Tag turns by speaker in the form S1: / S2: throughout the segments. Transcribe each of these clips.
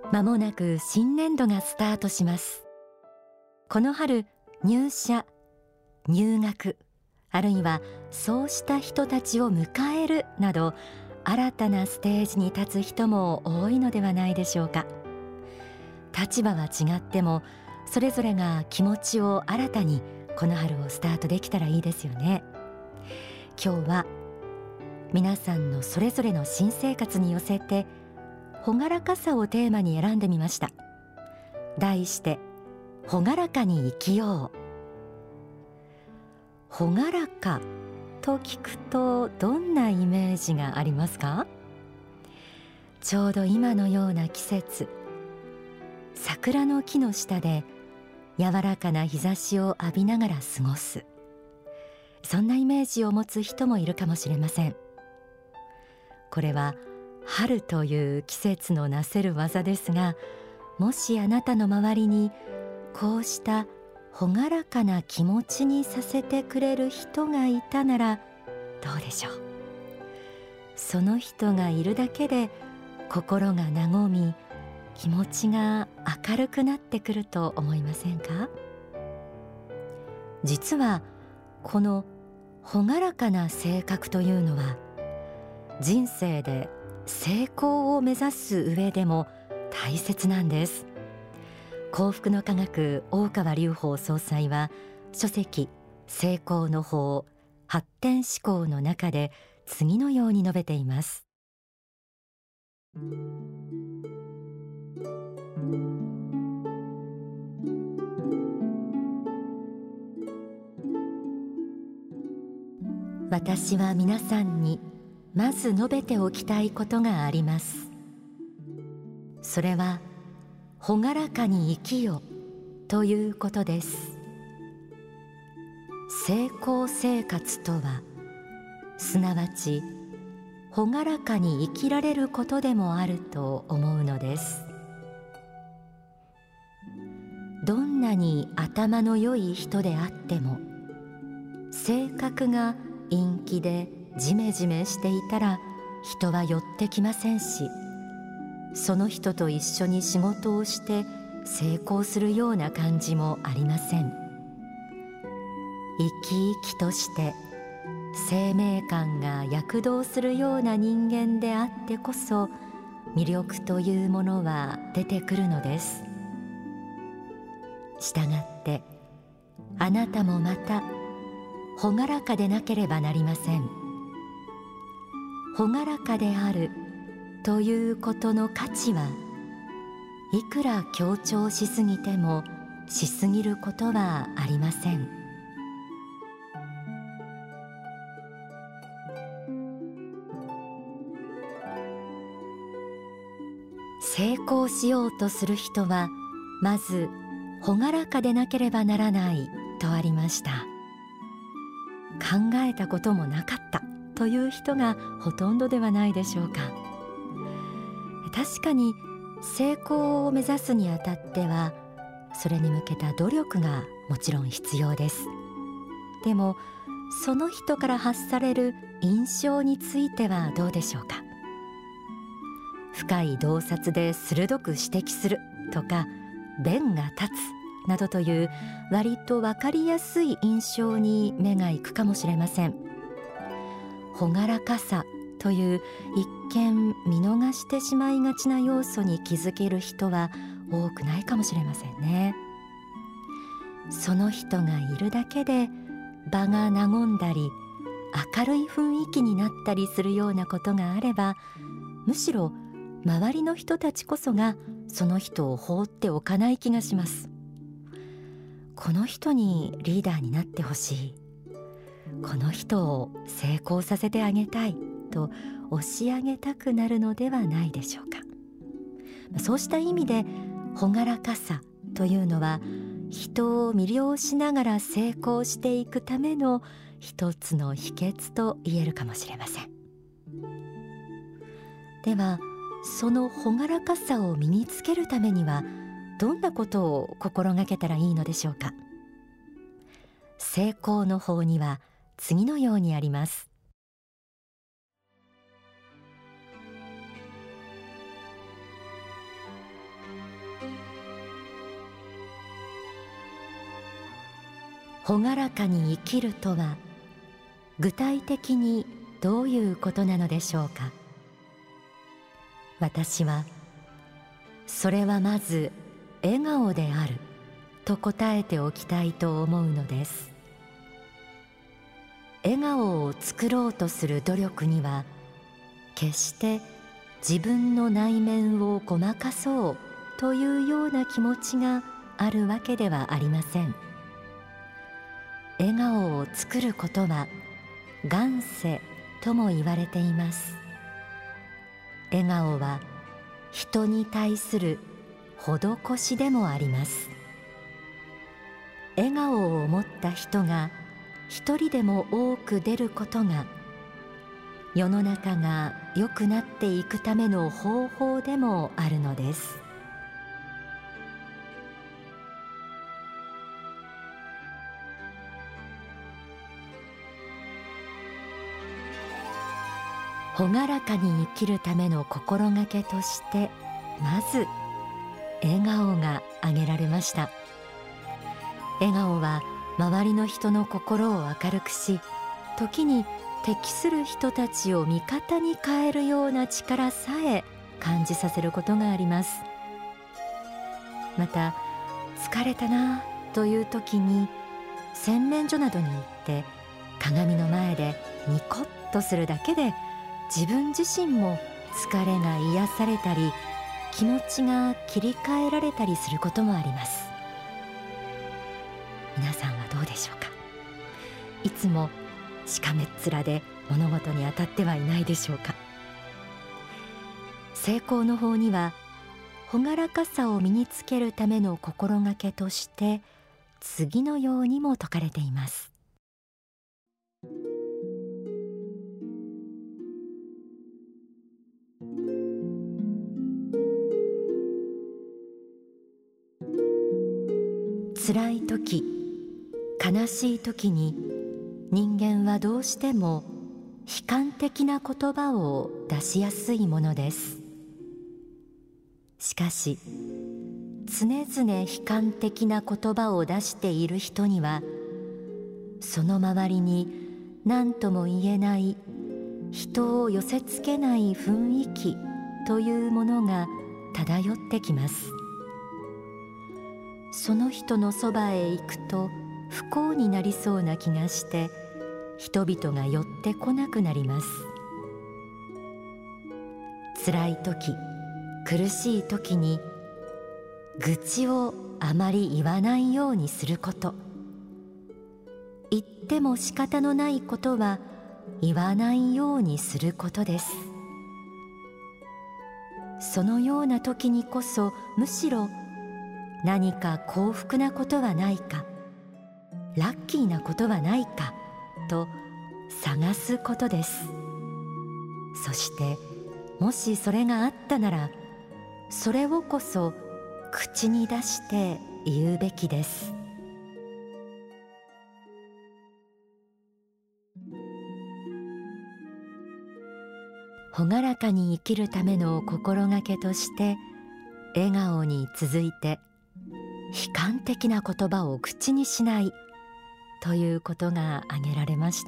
S1: まもなく新年度がスタートします。この春、入社、入学、あるいはそうした人たちを迎えるなど、新たなステージに立つ人も多いのではないでしょうか。立場は違っても、それぞれが気持ちを新たにこの春をスタートできたらいいですよね。今日は皆さんのそれぞれの新生活に寄せて、朗らかさをテーマに選んでみました。題して朗らかに生きよう。朗らかと聞くとどんなイメージがありますか？ちょうど今のような季節、桜の木の下で柔らかな日差しを浴びながら過ごす、そんなイメージを持つ人もいるかもしれません。これは春という季節のなせる技ですが、もしあなたの周りにこうした朗らかな気持ちにさせてくれる人がいたならどうでしょう。その人がいるだけで心が和み、気持ちが明るくなってくると思いませんか？実はこの朗らかな性格というのは、人生で成功を目指す上でも大切なんです。幸福の科学大川隆法総裁は書籍成功の法発展思考の中で次のように述べています。私は皆さんにまず述べておきたいことがあります。それは朗らかに生きよということです。成功生活とは、すなわち朗らかに生きられることでもあると思うのです。どんなに頭の良い人であっても、性格が陰気でジメジメしていたら人は寄ってきませんし、その人と一緒に仕事をして成功するような感じもありません。生き生きとして生命感が躍動するような人間であってこそ、魅力というものは出てくるのです。したがってあなたもまた朗らかでなければなりません。朗らかであるということの価値はいくら強調しすぎてもしすぎることはありません。成功しようとする人はまず朗らかでなければならないとありました。考えたこともなかったという人がほとんどではないでしょうか。確かに成功を目指すにあたっては、それに向けた努力がもちろん必要です。でもその人から発される印象についてはどうでしょうか。深い洞察で鋭く指摘するとか、弁が立つなどという割と分かりやすい印象に目がいくかもしれません。朗らかさという一見見逃してしまいがちな要素に気づける人は多くないかもしれませんね。その人がいるだけで場が和んだり、明るい雰囲気になったりするようなことがあれば、むしろ周りの人たちこそがその人を放っておかない気がします。この人にリーダーになってほしい、この人を成功させてあげたいと押し上げたくなるのではないでしょうか。そうした意味で朗らかさというのは、人を魅了しながら成功していくための一つの秘訣と言えるかもしれません。ではその朗らかさを身につけるためにはどんなことを心がけたらいいのでしょうか。成功の法には次のようにあります。 朗らかに生きるとは具体的にどういうことなのでしょうか。私はそれはまず笑顔であると答えておきたいと思うのです。笑顔を作ろうとする努力には決して自分の内面をごまかそうというような気持ちがあるわけではありません。笑顔を作ることは願世とも言われています。笑顔は人に対する施しでもあります。笑顔を持った人が一人でも多く出ることが世の中が良くなっていくための方法でもあるのです。朗らかに生きるための心がけとしてまず笑顔が挙げられました。笑顔は周りの人の心を明るくし、時に適する人たちを味方に変えるような力さえ感じさせることがあります。また疲れたなという時に洗面所などに行って鏡の前でニコッとするだけで自分自身も疲れが癒されたり気持ちが切り替えられたりすることもあります。皆さんはどうでしょうか。いつもしかめっ面で物事に当たってはいないでしょうか。成功の法には朗らかさを身につけるための心がけとして次のようにも説かれています。辛い時、悲しい時に人間はどうしても悲観的な言葉を出しやすいものです。しかし常々悲観的な言葉を出している人にはその周りに何とも言えない人を寄せつけない雰囲気というものが漂ってきます。その人のそばへ行くと不幸になりそうな気がして人々が寄ってこなくなります。辛い時、苦しい時に愚痴をあまり言わないようにすること、言っても仕方のないことは言わないようにすることです。そのような時にこそむしろ何か幸福なことはないか、ラッキーなことはないかと探すことです。そしてもしそれがあったならそれをこそ口に出して言うべきです。朗らかに生きるための心がけとして笑顔に続いて悲観的な言葉を口にしないということが挙げられました。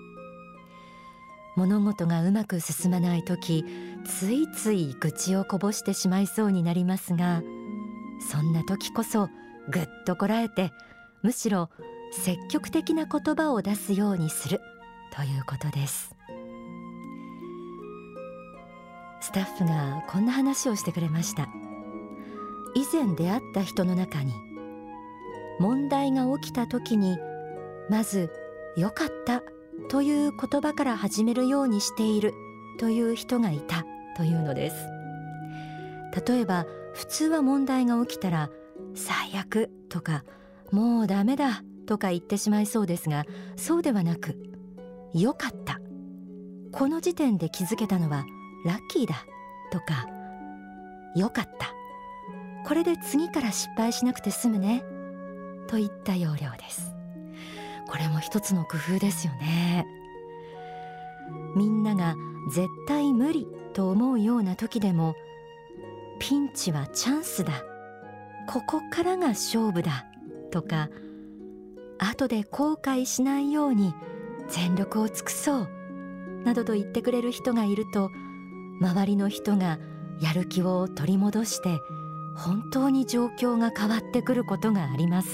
S1: 物事がうまく進まないとき、ついつい愚痴をこぼしてしまいそうになりますが、そんな時こそぐっとこらえて、むしろ積極的な言葉を出すようにするということです。スタッフがこんな話をしてくれました。以前出会った人の中に、問題が起きた時にまずよかったという言葉から始めるようにしているという人がいたというのです。例えば普通は問題が起きたら最悪とかもうダメだとか言ってしまいそうですが、そうではなく、よかった、この時点で気づけたのはラッキーだとか、よかった、これで次から失敗しなくて済むねといった要領です。これも一つの工夫ですよね。みんなが絶対無理と思うような時でも、ピンチはチャンスだ、ここからが勝負だとか、 後で後悔しないように全力を尽くそうなどと言ってくれる人がいると、周りの人がやる気を取り戻して本当に状況が変わってくることがあります。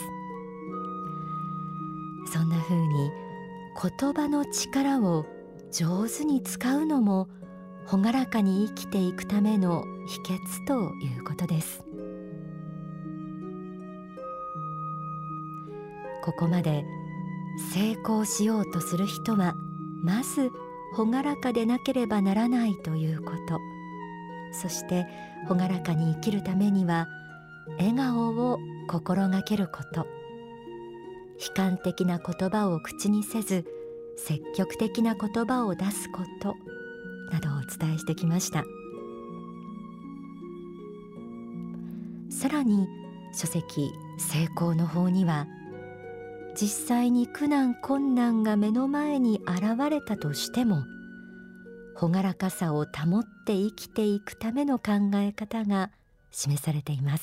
S1: そんな風に言葉の力を上手に使うのも朗らかに生きていくための秘訣ということです。ここまで成功しようとする人はまず朗らかでなければならないということ、そして朗らかに生きるためには笑顔を心がけること、悲観的な言葉を口にせず積極的な言葉を出すことなどをお伝えしてきました。さらに書籍成功の法には、実際に苦難困難が目の前に現れたとしても朗らかさを保って生きていくための考え方が示されています。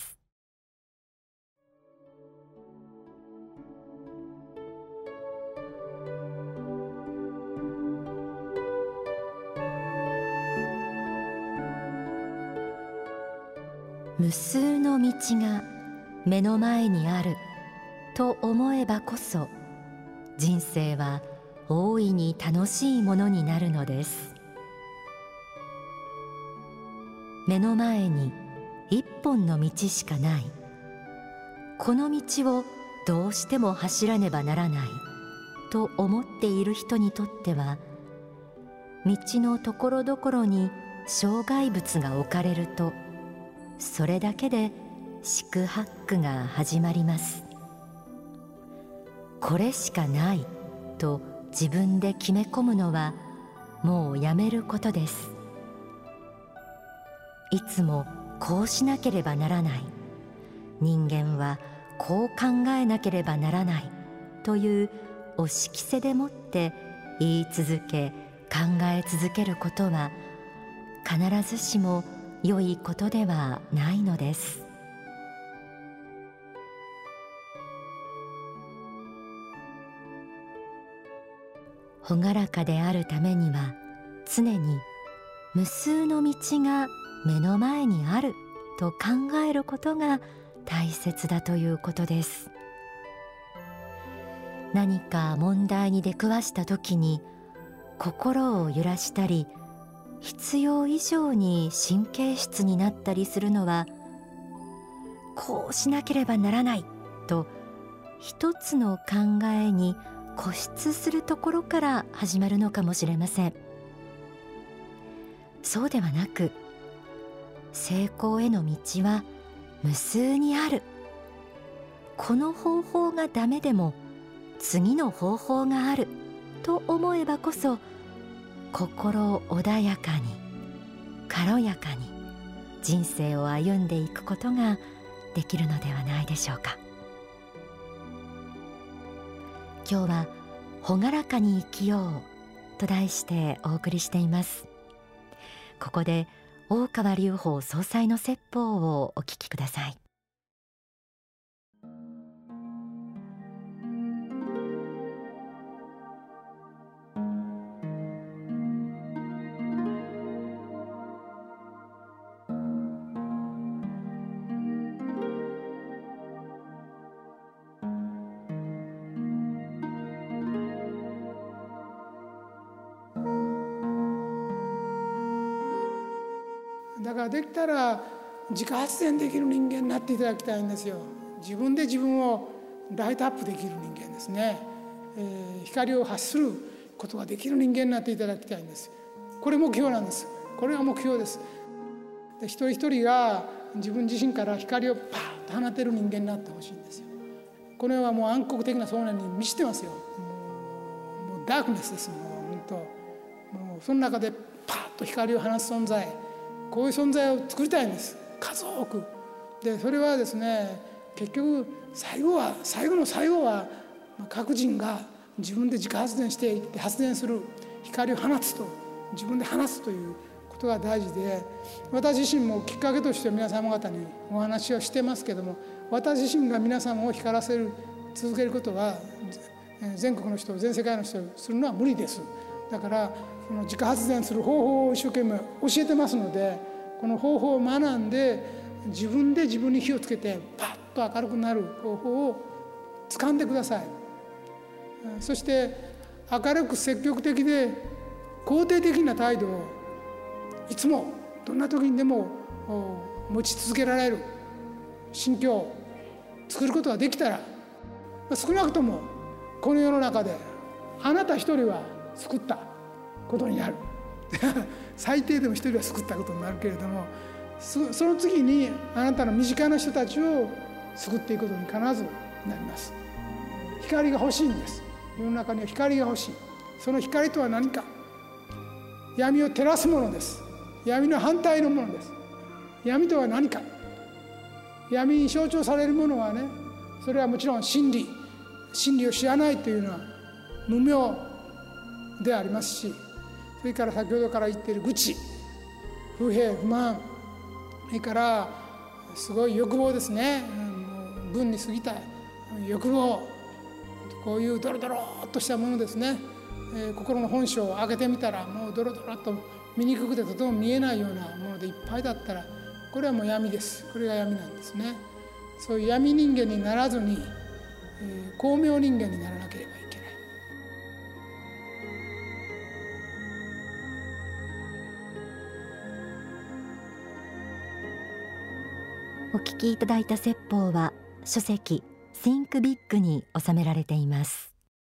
S1: 無数の道が目の前にあると思えばこそ、人生は大いに楽しいものになるのです。目の前に一本の道しかない、この道をどうしても走らねばならないと思っている人にとっては、道のところどころに障害物が置かれると、それだけで四苦八苦が始まります。これしかないと自分で決め込むのはもうやめることです。いつもこうしなければならない、人間はこう考えなければならないという押し着せでもって言い続け考え続けることは必ずしも良いことではないのです。朗らかであるためには、常に無数の道が目の前にあると考えることが大切だということです。何か問題に出くわした時に心を揺らしたり、必要以上に神経質になったりするのは、こうしなければならないと一つの考えに固執するところから始まるのかもしれません。そうではなく、成功への道は無数にある、この方法がダメでも次の方法があると思えばこそ、心穏やかに軽やかに人生を歩んでいくことができるのではないでしょうか。今日は朗らかに生きようと題してお送りしています。ここで大川隆法総裁の説法をお聞きください。
S2: だからできたら自家発電できる人間になっていただきたいんですよ。自分で自分をライトアップできる人間ですね。光を発することができる人間になっていただきたいんです。これ目標なんです。これが目標です。で、一人一人が自分自身から光をパーッと放てる人間になってほしいんですよ。これはもう暗黒的な想念に満ちてますよ。もうダークネスです。もうその中でパーッと光を放つ存在、こういう存在を作りたいんです。数多く。でそれはですね、結局最後の最後は各人が自分で自家発電していって発電する、光を放つと、自分で放つということが大事で、私自身もきっかけとして皆様方にお話をしてますけども、私自身が皆様を光らせる続けることは全国の人、全世界の人にするのは無理です。だからその自家発電する方法を一生懸命教えてますので、この方法を学んで自分で自分に火をつけてパッと明るくなる方法を掴んでください。そして明るく積極的で肯定的な態度をいつもどんな時にでも持ち続けられる心境を作ることができたら、少なくともこの世の中であなた一人は救ったことになる最低でも一人は救ったことになるけれども、その次にあなたの身近な人たちを救っていくことに必ずなります。光が欲しいんです。世の中には光が欲しい。その光とは何か。闇を照らすものです。闇の反対のものです。闇とは何か。闇に象徴されるものはね、それはもちろん真理を知らないというのは無明でありますし、それから先ほどから言っている愚痴、不平不満、それからすごい欲望ですね。分に過ぎた欲望、こういうドロドロっとしたものですね。心の本性を開けてみたらもうドロドロっと醜くてとても見えないようなものでいっぱいだったら、これはもう闇です。これが闇なんですね。そういう闇人間にならずに、光明人間にならなければいけない。
S1: お聞きいただいた説法は書籍 Think Big に収められています。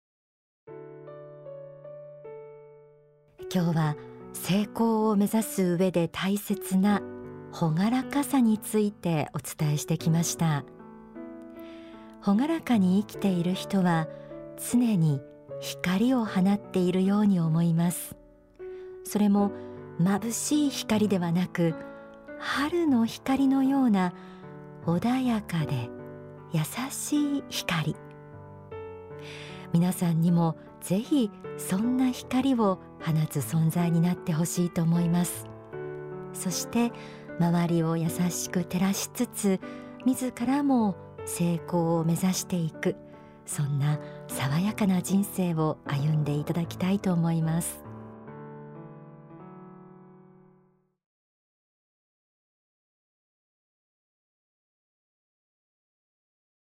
S1: 今日は成功を目指す上で大切な朗らかさについてお伝えしてきました。朗らかに生きている人は常に光を放っているように思います。それも眩しい光ではなく、春の光のような穏やかで優しい光。皆さんにもぜひそんな光を放つ存在になってほしいと思います。そして周りを優しく照らしつつ、自らも成功を目指していく、そんな爽やかな人生を歩んでいただきたいと思います。